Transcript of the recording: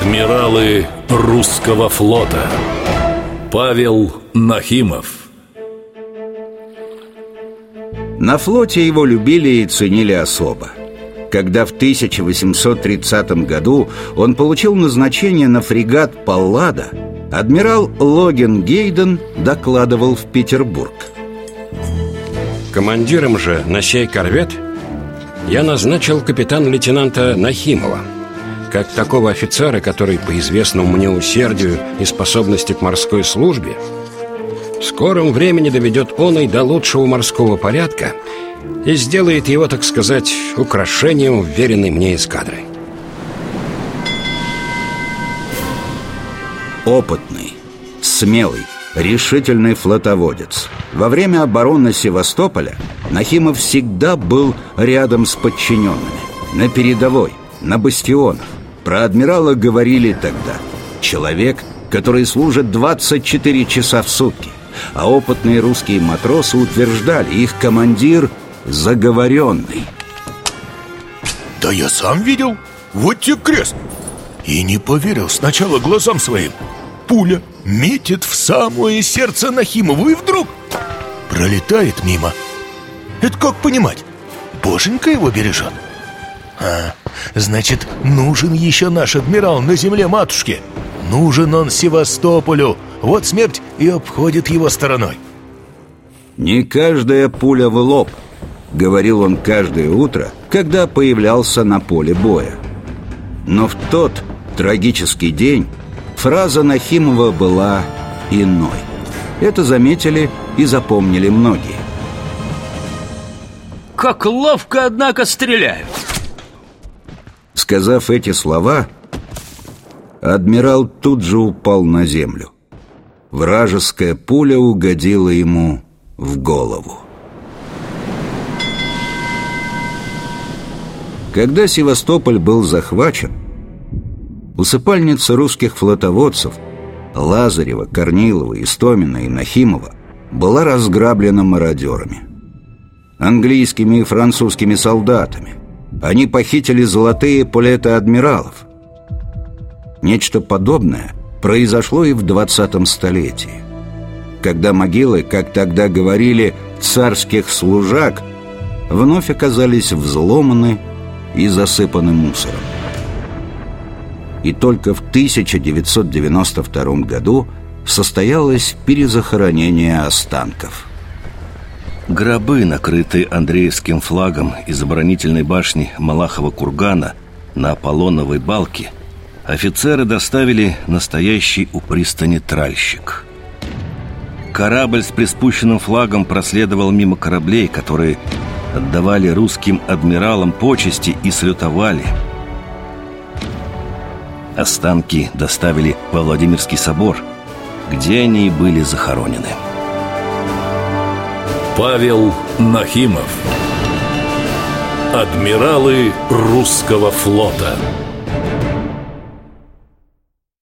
Адмиралы русского флота. Павел Нахимов. На флоте его любили и ценили особо. Когда в 1830 году он получил назначение на фрегат «Паллада», адмирал Логин Гейден докладывал в Петербург. Командиром же на сей корвет я назначил капитан-лейтенанта Нахимова, как такого офицера, который по известному мне усердию и способности к морской службе в скором времени доведет он и до лучшего морского порядка и сделает его, так сказать, украшением вверенной мне эскадры. Опытный, смелый, решительный флотоводец. Во время обороны Севастополя Нахимов всегда был рядом с подчиненными, на передовой, на бастионах. Про адмирала говорили тогда: человек, который служит 24 часа в сутки. А опытные русские матросы утверждали, их командир заговоренный. Да я сам видел, вот тебе крест. И не поверил сначала глазам своим. Пуля метит в самое сердце Нахимову и вдруг пролетает мимо. Это как понимать? Боженька его бережет. Значит, нужен еще наш адмирал на земле матушки. Нужен он Севастополю. Вот смерть и обходит его стороной. «Не каждая пуля в лоб», — говорил он каждое утро, когда появлялся на поле боя. Но в тот трагический день фраза Нахимова была иной. Это заметили и запомнили многие. «Как ловко, однако, стреляют!» Сказав эти слова, адмирал тут же упал на землю. Вражеская пуля угодила ему в голову. Когда Севастополь был захвачен, усыпальница русских флотоводцев Лазарева, Корнилова, Истомина и Нахимова была разграблена мародерами, английскими и французскими солдатами. Они похитили золотые пулеты адмиралов. Нечто подобное произошло и в 20-м столетии, когда могилы, как тогда говорили, царских служак вновь оказались взломаны и засыпаны мусором. И только в 1992 году состоялось перезахоронение останков. Гробы, накрытые Андреевским флагом из оборонительной башни Малахова кургана на Аполлоновой балке, офицеры доставили настоящий у пристани тральщик. Корабль с приспущенным флагом проследовал мимо кораблей, которые отдавали русским адмиралам почести и салютовали. Останки доставили во Владимирский собор, где они и были захоронены. Павел Нахимов. Адмиралы русского флота.